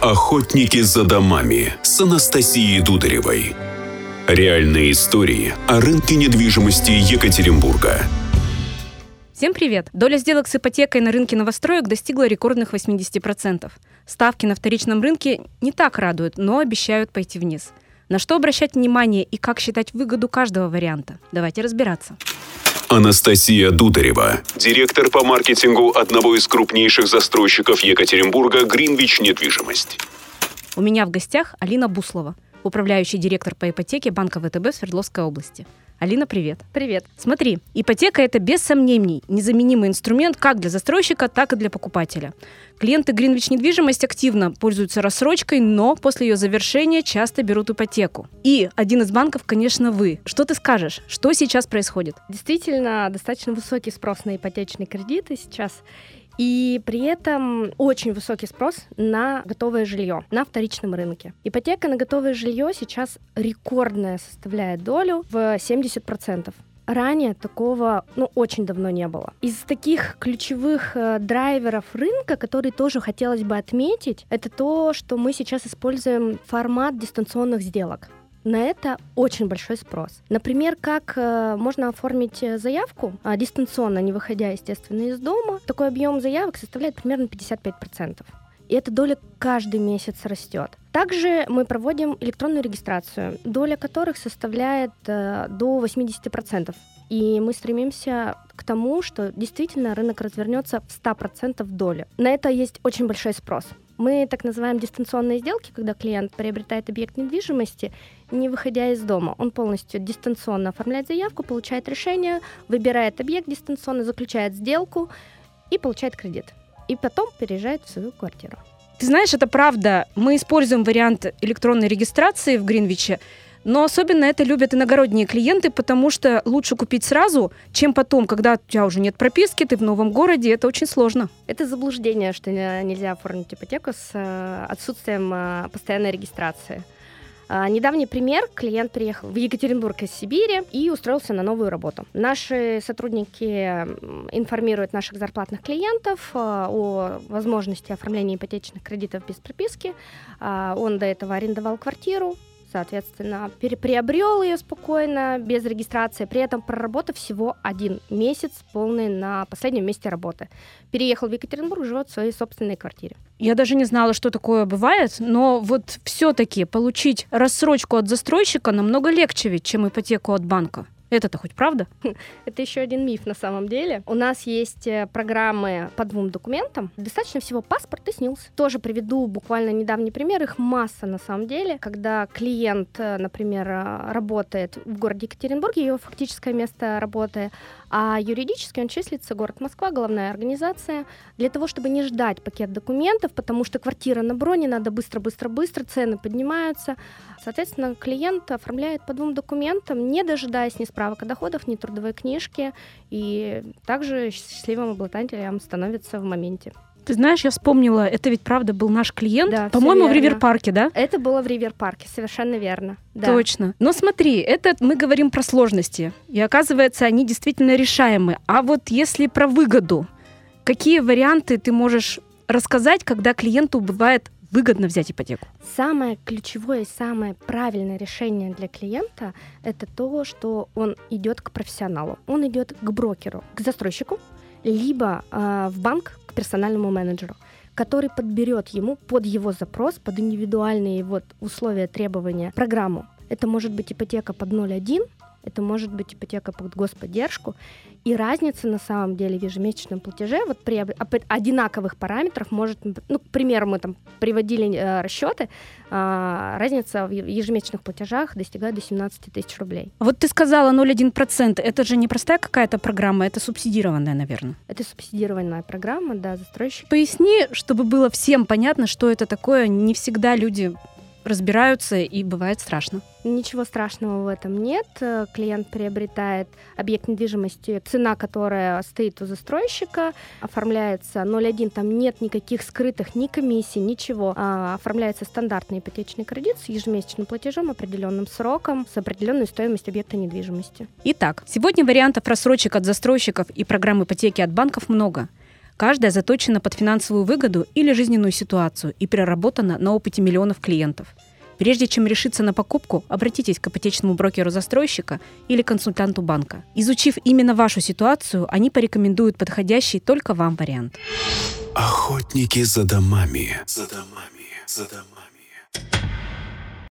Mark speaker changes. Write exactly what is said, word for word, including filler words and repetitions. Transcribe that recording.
Speaker 1: Охотники за домами с Анастасией Дударевой. Реальные истории о рынке недвижимости Екатеринбурга.
Speaker 2: Всем привет! Доля сделок с ипотекой на рынке новостроек достигла рекордных восемьдесят процентов. Ставки на вторичном рынке не так радуют, но обещают пойти вниз. На что обращать внимание и как считать выгоду каждого варианта? Давайте разбираться.
Speaker 1: Анастасия Дударева, директор по маркетингу одного из крупнейших застройщиков Екатеринбурга «Гринвич Недвижимость».
Speaker 2: У меня в гостях Алина Буслова, управляющий директор по ипотеке банка ВТБ в Свердловской области. Алина, привет.
Speaker 3: Привет.
Speaker 2: Смотри, ипотека – это без сомнений незаменимый инструмент как для застройщика, так и для покупателя. Клиенты Гринвич Недвижимость активно пользуются рассрочкой, но после ее завершения часто берут ипотеку. И один из банков, конечно, вы. Что ты скажешь? Что сейчас происходит?
Speaker 3: Действительно, достаточно высокий спрос на ипотечные кредиты сейчас. И при этом очень высокий спрос на готовое жилье на вторичном рынке. Ипотека на готовое жилье сейчас рекордная составляет долю в семьдесят процентов. Ранее такого, ну, очень давно не было. Из таких ключевых э, драйверов рынка, которые тоже хотелось бы отметить, это то, что мы сейчас используем формат дистанционных сделок. На это очень большой спрос. Например, как э, можно оформить заявку э, дистанционно, не выходя, естественно, из дома. Такой объем заявок составляет примерно пятьдесят пять процентов. И эта доля каждый месяц растет. Также мы проводим электронную регистрацию, доля которых составляет э, до восемьдесят процентов. И мы стремимся к тому, что действительно рынок развернется в сто процентов доли. На это есть очень большой спрос. Мы так называем дистанционные сделки, когда клиент приобретает объект недвижимости, не выходя из дома. Он полностью дистанционно оформляет заявку, получает решение, выбирает объект дистанционно, заключает сделку и получает кредит. И потом переезжает в свою квартиру.
Speaker 2: Ты знаешь, это правда. Мы используем вариант электронной регистрации в Гринвиче, но особенно это любят иногородние клиенты, потому что лучше купить сразу, чем потом, когда у тебя уже нет прописки, ты в новом городе, это очень сложно.
Speaker 3: Это заблуждение, что нельзя оформить ипотеку с отсутствием постоянной регистрации. Недавний пример. Клиент приехал в Екатеринбург из Сибири и устроился на новую работу. Наши сотрудники информируют наших зарплатных клиентов о возможности оформления ипотечных кредитов без прописки. Он до этого арендовал квартиру, соответственно, переприобрел ее спокойно, без регистрации, при этом проработав всего один месяц полный на последнем месте работы. Переехал в Екатеринбург, живет в своей собственной квартире.
Speaker 2: Я даже не знала, что такое бывает, но вот все-таки получить рассрочку от застройщика намного легче ведь, чем ипотеку от банка. Это-то хоть правда?
Speaker 3: Это еще один миф на самом деле. У нас есть программы по двум документам. Достаточно всего паспорт и СНИЛС. Тоже приведу буквально недавний пример. Их масса на самом деле. Когда клиент, например, работает в городе Екатеринбурге, его фактическое место работы, а юридически он числится город Москва, головная организация. Для того, чтобы не ждать пакет документов, потому что квартира на броне, надо быстро-быстро-быстро, цены поднимаются. Соответственно, клиент оформляет по двум документам, не дожидаясь ни справок о доходах, ни трудовой книжки, и также счастливым обладателем становится в моменте.
Speaker 2: Ты знаешь, я вспомнила, это ведь правда был наш клиент,
Speaker 3: да,
Speaker 2: по-моему, в Ривер-парке, да?
Speaker 3: Это было в Ривер-парке, совершенно верно. Да.
Speaker 2: Точно. Но смотри, это мы говорим про сложности, и оказывается, они действительно решаемы. А вот если про выгоду, какие варианты ты можешь рассказать, когда клиенту бывает выгодно взять ипотеку?
Speaker 3: Самое ключевое и самое правильное решение для клиента – это то, что он идет к профессионалу, он идет к брокеру, к застройщику, либо э, в банк к персональному менеджеру, который подберет ему под его запрос, под индивидуальные вот условия, требования, программу. Это может быть ипотека под ноль один, это может быть ипотека под господдержку. И разница на самом деле в ежемесячном платеже вот при одинаковых параметрах может, ну, к примеру, мы там приводили э, расчеты, э, разница в ежемесячных платежах достигает до семнадцать тысяч рублей.
Speaker 2: Вот ты сказала ноль целых одна десятая процента. Это же не простая какая-то программа, это субсидированная, наверное.
Speaker 3: Это субсидированная программа, да, застройщик.
Speaker 2: Поясни, чтобы было всем понятно, что это такое. Не всегда люди разбираются, и бывает страшно.
Speaker 3: Ничего страшного в этом нет. Клиент приобретает объект недвижимости, цена, которая стоит у застройщика, оформляется ноль один, там нет никаких скрытых ни комиссий, ничего. А, оформляется стандартный ипотечный кредит с ежемесячным платежом, определенным сроком, с определенной стоимостью объекта недвижимости.
Speaker 2: Итак, сегодня вариантов рассрочек от застройщиков и программ ипотеки от банков много. Каждая заточена под финансовую выгоду или жизненную ситуацию и переработана на опыте миллионов клиентов. Прежде чем решиться на покупку, обратитесь к ипотечному брокеру застройщика или консультанту банка. Изучив именно вашу ситуацию, они порекомендуют подходящий только вам вариант.
Speaker 1: Охотники за домами. За домами. За домами.